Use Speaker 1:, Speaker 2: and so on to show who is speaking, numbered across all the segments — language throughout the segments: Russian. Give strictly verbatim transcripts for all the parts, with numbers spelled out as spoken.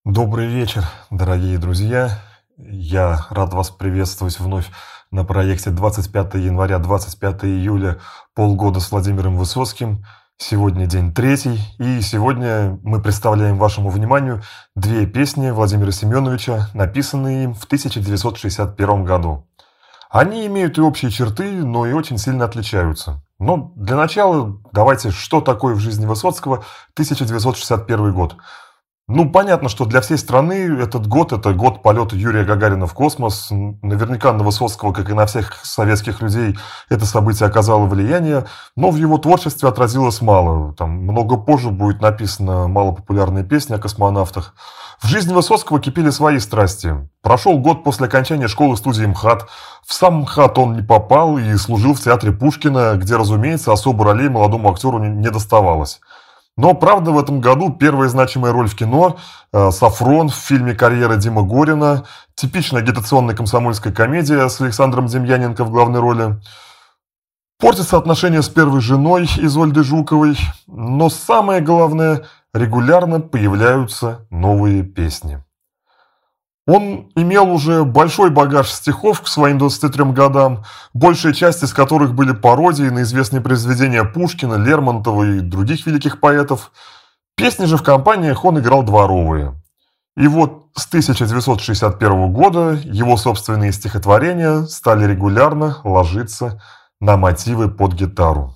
Speaker 1: Добрый вечер, дорогие друзья. Я рад вас приветствовать вновь на проекте двадцать пятое января - двадцать пятое июля «Полгода с Владимиром Высоцким». Сегодня день третий, и сегодня мы представляем вашему вниманию две песни Владимира Семеновича, написанные им в тысяча девятьсот шестьдесят первом году. Они имеют и общие черты, но и очень сильно отличаются. Но для начала давайте, что такое в жизни Высоцкого тысяча девятьсот шестьдесят первый год. Ну, понятно, что для всей страны этот год – это год полета Юрия Гагарина в космос. Наверняка на Высоцкого, как и на всех советских людей, это событие оказало влияние, но в его творчестве отразилось мало. Там много позже будет написана малопопулярная песня о космонавтах. В жизни Высоцкого кипели свои страсти. Прошел год после окончания школы-студии МХАТ. В сам МХАТ он не попал и служил в театре Пушкина, где, разумеется, особо ролей молодому актеру не доставалось. Но, правда, в этом году первая значимая роль в кино э, Сафрон в фильме «Карьера» Димы Горина, типичная агитационная комсомольская комедия с Александром Демьяненко в главной роли. Портятся отношения с первой женой Изольдой Жуковой, но самое главное, регулярно появляются новые песни. Он имел уже большой багаж стихов к своим двадцати трём годам, большая часть из которых были пародии на известные произведения Пушкина, Лермонтова и других великих поэтов. Песни же в компаниях он играл дворовые. И вот с тысяча девятьсот шестьдесят первого года его собственные стихотворения стали регулярно ложиться на мотивы под гитару.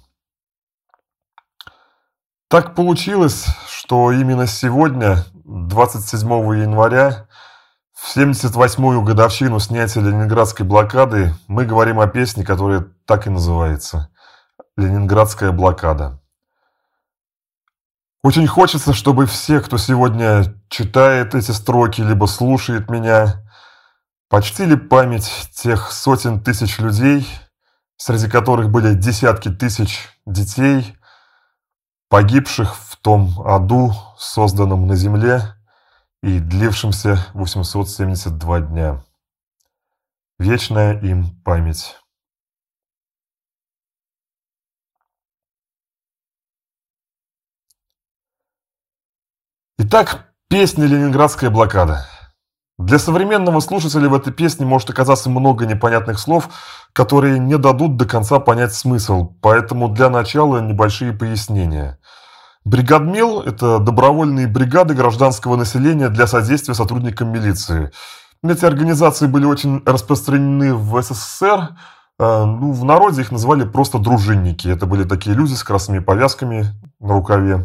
Speaker 1: Так получилось, что именно сегодня, двадцать седьмого января, в семьдесят восьмую годовщину снятия Ленинградской блокады, мы говорим о песне, которая так и называется «Ленинградская блокада». Очень хочется, чтобы все, кто сегодня читает эти строки, либо слушает меня, почтили память тех сотен тысяч людей, среди которых были десятки тысяч детей, погибших в том аду, созданном на земле, и длившимся восемьсот семьдесят два дня. Вечная им память. Итак, песня «Ленинградская блокада». Для современного слушателя в этой песне может оказаться много непонятных слов, которые не дадут до конца понять смысл, поэтому для начала небольшие пояснения. Бригадмил – это добровольные бригады гражданского населения для содействия сотрудникам милиции. Эти организации были очень распространены в СССР. Ну, в народе их называли просто дружинники. Это были такие люди с красными повязками на рукаве.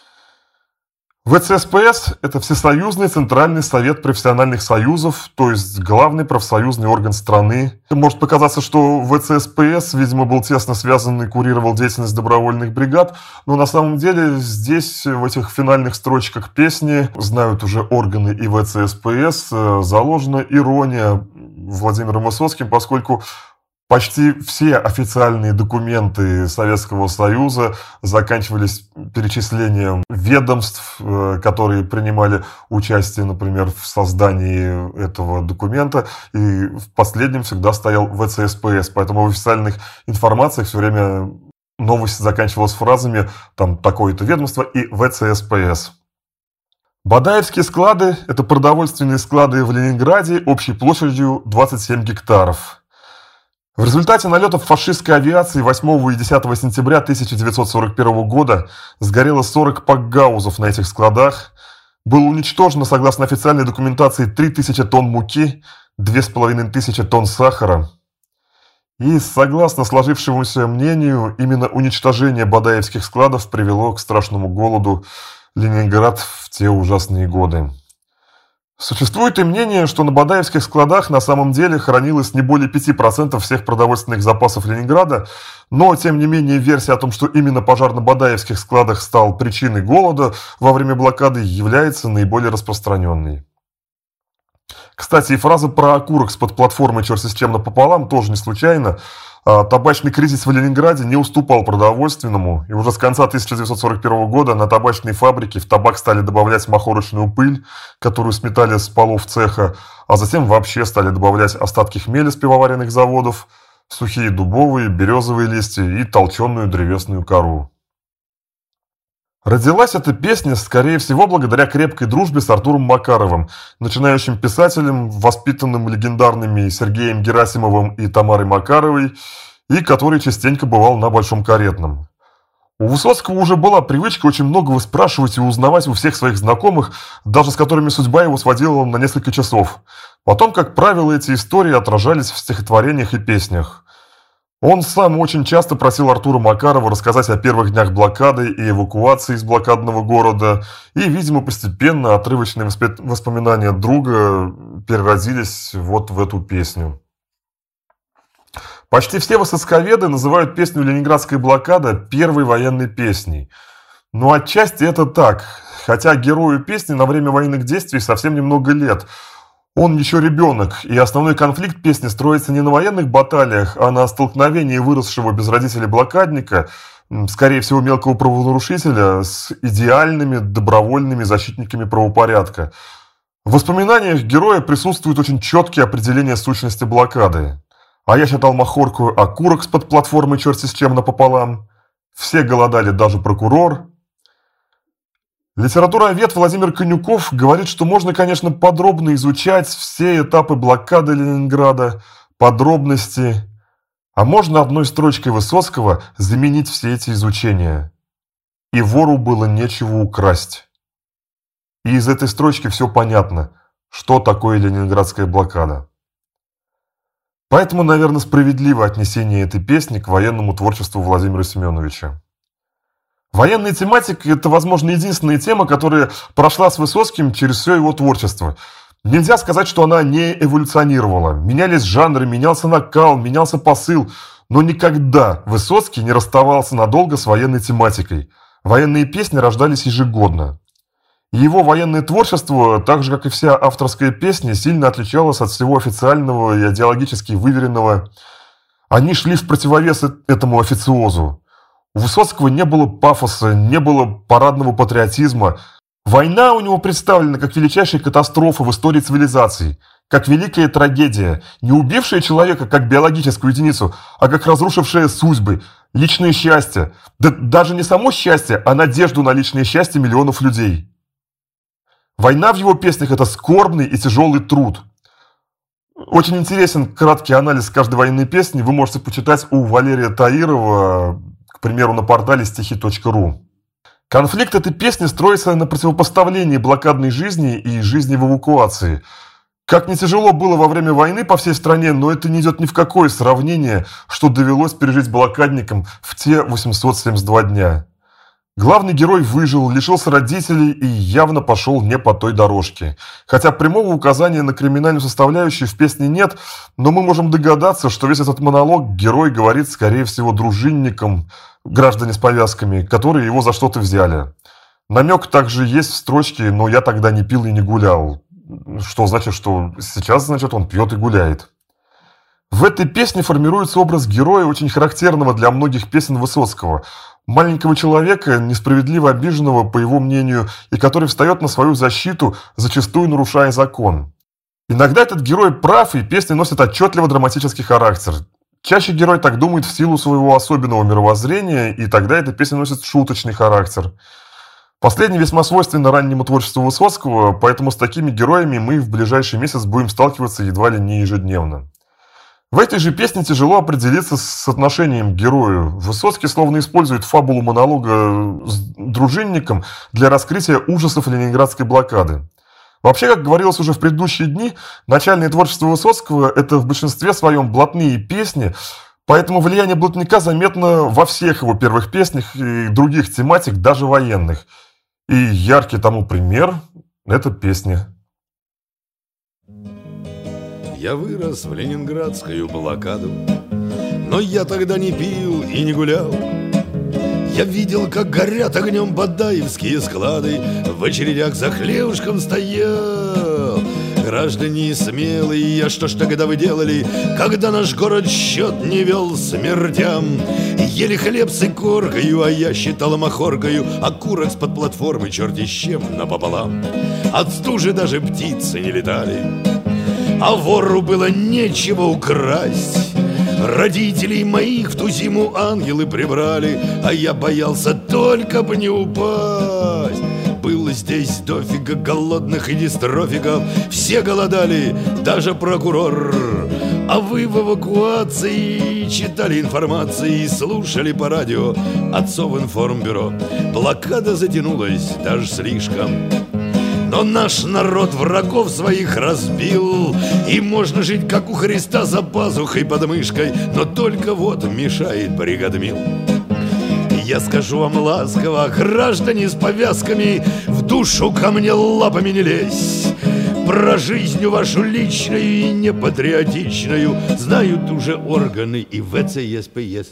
Speaker 1: ВЦСПС – это Всесоюзный Центральный Совет Профессиональных Союзов, то есть главный профсоюзный орган страны. Может показаться, что ВЦСПС, видимо, был тесно связан и курировал деятельность добровольных бригад, но на самом деле здесь, в этих финальных строчках песни, знают уже органы и ВЦСПС, заложена ирония Владимиром Высоцким, поскольку почти все официальные документы Советского Союза заканчивались перечислением ведомств, которые принимали участие, например, в создании этого документа, и в последнем всегда стоял ВЦСПС, поэтому в официальных информациях все время новость заканчивалась фразами там такое-то ведомство и ВЦСПС. Бадаевские склады – это продовольственные склады в Ленинграде общей площадью двадцать семь гектаров. В результате налетов фашистской авиации восьмого и десятого сентября тысяча девятьсот сорок первого года сгорело сорок пакгаузов на этих складах. Было уничтожено, согласно официальной документации, три тысячи тонн муки, две с половиной тысячи тонн сахара. И, согласно сложившемуся мнению, именно уничтожение бадаевских складов привело к страшному голоду Ленинград в те ужасные годы. Существует и мнение, что на бадаевских складах на самом деле хранилось не более пяти процентов всех продовольственных запасов Ленинграда, но, тем не менее, версия о том, что именно пожар на бадаевских складах стал причиной голода во время блокады, является наиболее распространенной. Кстати, и фраза про окурок с-под платформы «Черт с чем напополам» тоже не случайно. Табачный кризис в Ленинграде не уступал продовольственному, и уже с конца тысяча девятьсот сорок первого года на табачной фабрике в табак стали добавлять махорочную пыль, которую сметали с полов цеха, а затем вообще стали добавлять остатки хмеля с пивоваренных заводов, сухие дубовые, березовые листья и толченую древесную кору. Родилась эта песня, скорее всего, благодаря крепкой дружбе с Артуром Макаровым, начинающим писателем, воспитанным легендарными Сергеем Герасимовым и Тамарой Макаровой, и который частенько бывал на Большом Каретном. У Высоцкого уже была привычка очень много выспрашивать и узнавать у всех своих знакомых, даже с которыми судьба его сводила на несколько часов. Потом, как правило, эти истории отражались в стихотворениях и песнях. Он сам очень часто просил Артура Макарова рассказать о первых днях блокады и эвакуации из блокадного города, и, видимо, постепенно отрывочные воспоминания друга переродились вот в эту песню. Почти все высоцковеды называют песню «Ленинградская блокада» первой военной песней. Но отчасти это так, хотя герою песни на время военных действий совсем немного лет. Он еще ребенок, и основной конфликт песни строится не на военных баталиях, а на столкновении выросшего без родителей блокадника, скорее всего мелкого правонарушителя, с идеальными добровольными защитниками правопорядка. В воспоминаниях героя присутствуют очень четкие определения сущности блокады. А я считал махорку окурок с-под платформы черти с чем напополам. Все голодали, даже прокурор. Литературовед Владимир Конюков говорит, что можно, конечно, подробно изучать все этапы блокады Ленинграда, подробности, а можно одной строчкой Высоцкого заменить все эти изучения. И вору было нечего украсть. И из этой строчки все понятно, что такое Ленинградская блокада. Поэтому, наверное, справедливо отнесение этой песни к военному творчеству Владимира Семеновича. Военная тематика – это, возможно, единственная тема, которая прошла с Высоцким через все его творчество. Нельзя сказать, что она не эволюционировала. Менялись жанры, менялся накал, менялся посыл. Но никогда Высоцкий не расставался надолго с военной тематикой. Военные песни рождались ежегодно. Его военное творчество, так же, как и вся авторская песня, сильно отличалось от всего официального и идеологически выверенного. Они шли в противовес этому официозу. У Высоцкого не было пафоса, не было парадного патриотизма. Война у него представлена как величайшая катастрофа в истории цивилизации, как великая трагедия, не убившая человека как биологическую единицу, а как разрушившая судьбы, личное счастье. Да даже не само счастье, а надежду на личное счастье миллионов людей. Война в его песнях – это скорбный и тяжелый труд. Очень интересен краткий анализ каждой военной песни вы можете почитать у Валерия Таирова, к примеру, на портале стихи точка ру. Конфликт этой песни строится на противопоставлении блокадной жизни и жизни в эвакуации. Как не тяжело было во время войны по всей стране, но это не идет ни в какое сравнение, что довелось пережить блокадникам в те восемьсот семьдесят два дня. Главный герой выжил, лишился родителей и явно пошел не по той дорожке. Хотя прямого указания на криминальную составляющую в песне нет, но мы можем догадаться, что весь этот монолог герой говорит, скорее всего, дружинникам, граждане с повязками, которые его за что-то взяли. Намек также есть в строчке «но я тогда не пил и не гулял», что значит, что сейчас, значит, он пьет и гуляет. В этой песне формируется образ героя, очень характерного для многих песен Высоцкого. Маленького человека, несправедливо обиженного, по его мнению, и который встает на свою защиту, зачастую нарушая закон. Иногда этот герой прав, и песни носят отчетливо драматический характер. Чаще герой так думает в силу своего особенного мировоззрения, и тогда эта песня носит шуточный характер. Последний весьма свойственно раннему творчеству Высоцкого, поэтому с такими героями мы в ближайший месяц будем сталкиваться едва ли не ежедневно. В этой же песне тяжело определиться с отношением к герою. Высоцкий словно использует фабулу монолога с дружинником для раскрытия ужасов Ленинградской блокады. Вообще, как говорилось уже в предыдущие дни, начальное творчество Высоцкого – это в большинстве своем блатные песни, поэтому влияние блатника заметно во всех его первых песнях и других тематик, даже военных. И яркий тому пример – это песня.
Speaker 2: Я вырос в ленинградскую блокаду, но я тогда не пил и не гулял. Я видел, как горят огнем бадаевские склады, в очередях за хлебушком стоял. Граждане смелые, я что ж тогда вы делали, когда наш город счет не вел смертям? Ели хлеб с икоркою, а я считал махоркою окурок с-под платформы черти с чем напополам. От стужи даже птицы не летали, а вору было нечего украсть. Родителей моих в ту зиму ангелы прибрали, а я боялся только бы не упасть. Было здесь дофига голодных и дистрофиков, все голодали, даже прокурор. А вы в эвакуации читали информации и слушали по радио отцов информбюро. Блокада затянулась даже слишком. Но наш народ врагов своих разбил, и можно жить, как у Христа, за пазухой под мышкой. Но только вот мешает бригадмил. Я скажу вам ласково, граждане с повязками, в душу ко мне лапами не лезь. Про жизнь вашу личную и непатриотичную знают уже органы и ВЦСПС.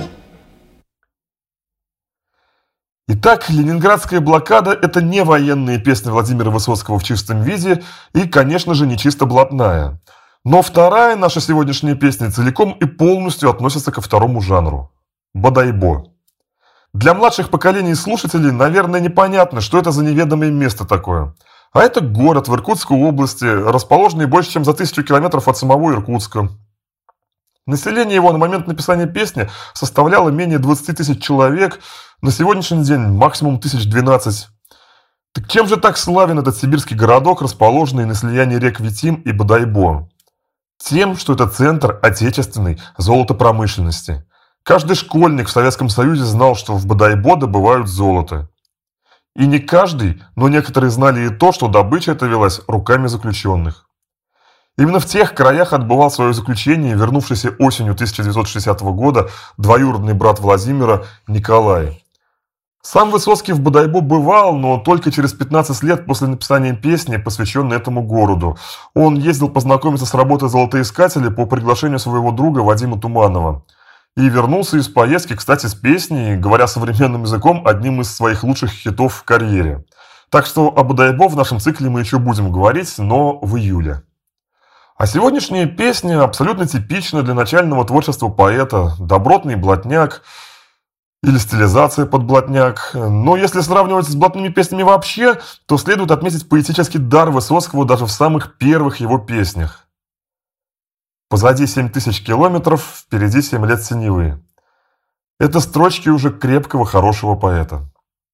Speaker 1: Итак, «Ленинградская блокада» — это не военные песни Владимира Высоцкого в чистом виде и, конечно же, не чисто блатная. Но вторая наша сегодняшняя песня целиком и полностью относится ко второму жанру – бодайбо. Для младших поколений слушателей, наверное, непонятно, что это за неведомое место такое. А это город в Иркутской области, расположенный больше, чем за тысячу километров от самого Иркутска. Население его на момент написания песни составляло менее двадцати тысяч человек, на сегодняшний день максимум тысяч двенадцать. Так чем же так славен этот сибирский городок, расположенный на слиянии рек Витим и Бодайбо? Тем, что это центр отечественной золотопромышленности. Каждый школьник в Советском Союзе знал, что в Бодайбо добывают золото. И не каждый, но некоторые знали и то, что добыча эта велась руками заключенных. Именно в тех краях отбывал свое заключение вернувшийся осенью тысяча девятьсот шестидесятого года двоюродный брат Владимира Николай. Сам Высоцкий в Бодайбо бывал, но только через пятнадцать лет после написания песни, посвященной этому городу. Он ездил познакомиться с работой золотоискателя по приглашению своего друга Вадима Туманова. И вернулся из поездки, кстати, с песней, говоря современным языком, одним из своих лучших хитов в карьере. Так что о Бодайбо в нашем цикле мы еще будем говорить, но в июле. А сегодняшняя песня абсолютно типична для начального творчества поэта. Добротный блатняк или стилизация под блатняк. Но если сравнивать с блатными песнями вообще, то следует отметить поэтический дар Высоцкого даже в самых первых его песнях. Позади семь тысяч километров, впереди семь лет синевы. Это строчки уже крепкого, хорошего поэта.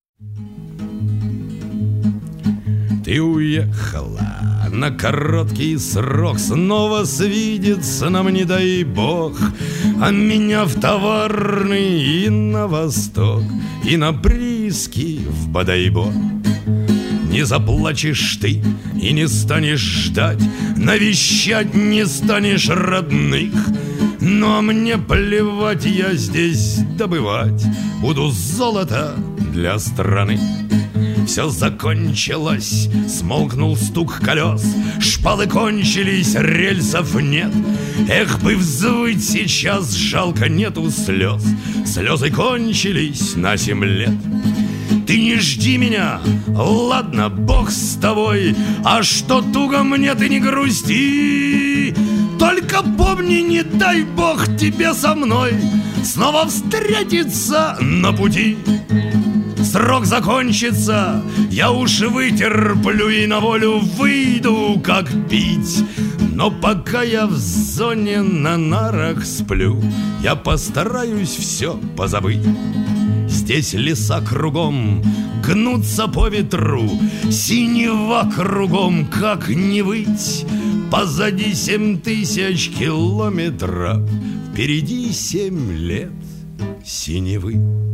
Speaker 2: Ты уехала на короткий срок, снова свидеться нам не дай бог, а меня в товарный и на восток, и на прииски в Бодайбо. Не заплачешь ты и не станешь ждать, навещать не станешь родных. Но мне плевать, я здесь добывать буду золото для страны. Все закончилось, смолкнул стук колес, шпалы кончились, рельсов нет. Эх, бы взвыть сейчас, жалко, нету слез. Слезы кончились на семь лет. Ты не жди меня, ладно, бог с тобой, а что туго мне, ты не грусти. Только помни, не дай бог тебе со мной снова встретиться на пути. Срок закончится, я уж вытерплю и на волю выйду, как пить. Но пока я в зоне на нарах сплю, я постараюсь все позабыть. Здесь леса кругом гнутся по ветру, синева кругом, как не выть. Позади семь тысяч километров, впереди семь лет синевы.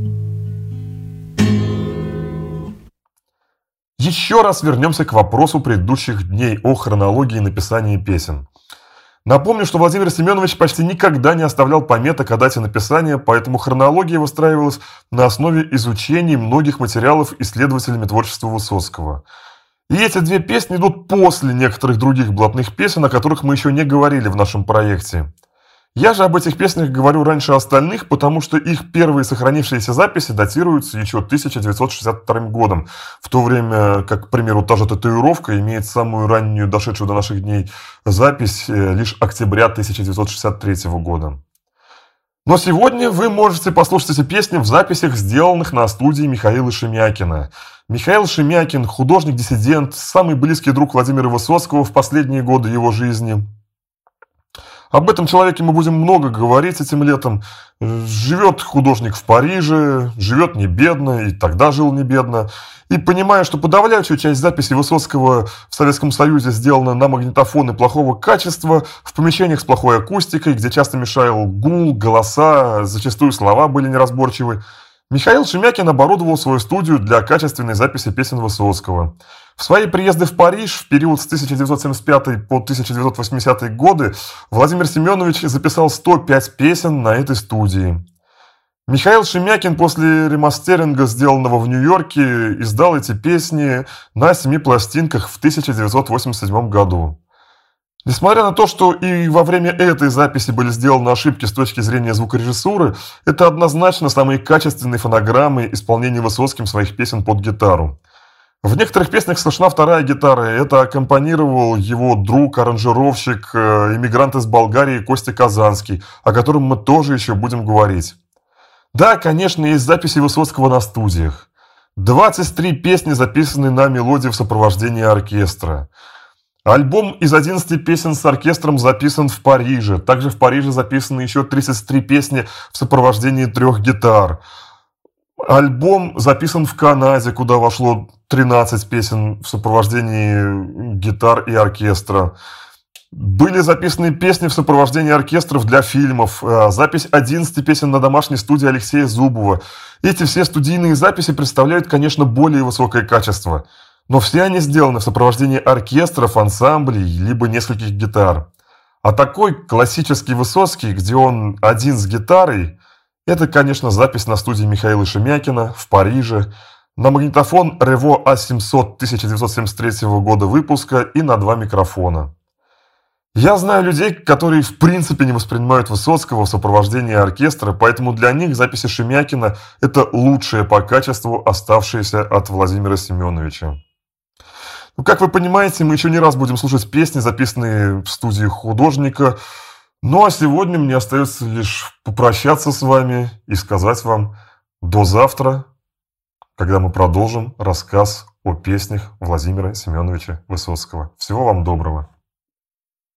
Speaker 1: Еще раз вернемся к вопросу предыдущих дней о хронологии написания песен. Напомню, что Владимир Семенович почти никогда не оставлял пометок о дате написания, поэтому хронология выстраивалась на основе изучения многих материалов исследователями творчества Высоцкого. И эти две песни идут после некоторых других блатных песен, о которых мы еще не говорили в нашем проекте. Я же об этих песнях говорю раньше остальных, потому что их первые сохранившиеся записи датируются еще тысяча девятьсот шестьдесят вторым годом, в то время как, к примеру, та же «Татуировка» имеет самую раннюю, дошедшую до наших дней, запись лишь октября тысяча девятьсот шестьдесят третьего года. Но сегодня вы можете послушать эти песни в записях, сделанных на студии Михаила Шемякина. Михаил Шемякин – художник-диссидент, самый близкий друг Владимира Высоцкого в последние годы его жизни. Об этом человеке мы будем много говорить этим летом. Живет художник в Париже, живет не бедно, и тогда жил не бедно. И понимая, что подавляющая часть записей Высоцкого в Советском Союзе сделана на магнитофоны плохого качества, в помещениях с плохой акустикой, где часто мешал гул, голоса, зачастую слова были неразборчивы, Михаил Шемякин оборудовал свою студию для качественной записи песен Высоцкого. В свои приезды в Париж в период с тысяча девятьсот семьдесят пятый по тысяча девятьсот восьмидесятые годы Владимир Семенович записал сто пять песен на этой студии. Михаил Шемякин после ремастеринга, сделанного в Нью-Йорке, издал эти песни на семи пластинках в тысяча девятьсот восемьдесят седьмом году. Несмотря на то, что и во время этой записи были сделаны ошибки с точки зрения звукорежиссуры, это однозначно самые качественные фонограммы исполнения Высоцким своих песен под гитару. В некоторых песнях слышна вторая гитара, это аккомпанировал его друг, аранжировщик, эмигрант из Болгарии Костя Казанский, о котором мы тоже еще будем говорить. Да, конечно, есть записи Высоцкого на студиях. двадцать три песни записаны на мелодии в сопровождении оркестра. Альбом из одиннадцати песен с оркестром записан в Париже. Также в Париже записаны еще тридцать три песни в сопровождении трех гитар. Альбом записан в Канаде, куда вошло тринадцать песен в сопровождении гитар и оркестра. Были записаны песни в сопровождении оркестров для фильмов. Запись одиннадцати песен на домашней студии Алексея Зубова. Эти все студийные записи представляют, конечно, более высокое качество. Но все они сделаны в сопровождении оркестров, ансамблей, либо нескольких гитар. А такой классический Высоцкий, где он один с гитарой, это, конечно, запись на студии Михаила Шемякина в Париже, на магнитофон Revo А семьсот тысяча девятьсот семьдесят третьего года выпуска и на два микрофона. Я знаю людей, которые в принципе не воспринимают Высоцкого в сопровождении оркестра, поэтому для них записи Шемякина – это лучшее по качеству оставшееся от Владимира Семеновича. Ну, как вы понимаете, мы еще не раз будем слушать песни, записанные в студии художника. Ну а сегодня мне остается лишь попрощаться с вами и сказать вам до завтра, когда мы продолжим рассказ о песнях Владимира Семеновича Высоцкого. Всего вам доброго.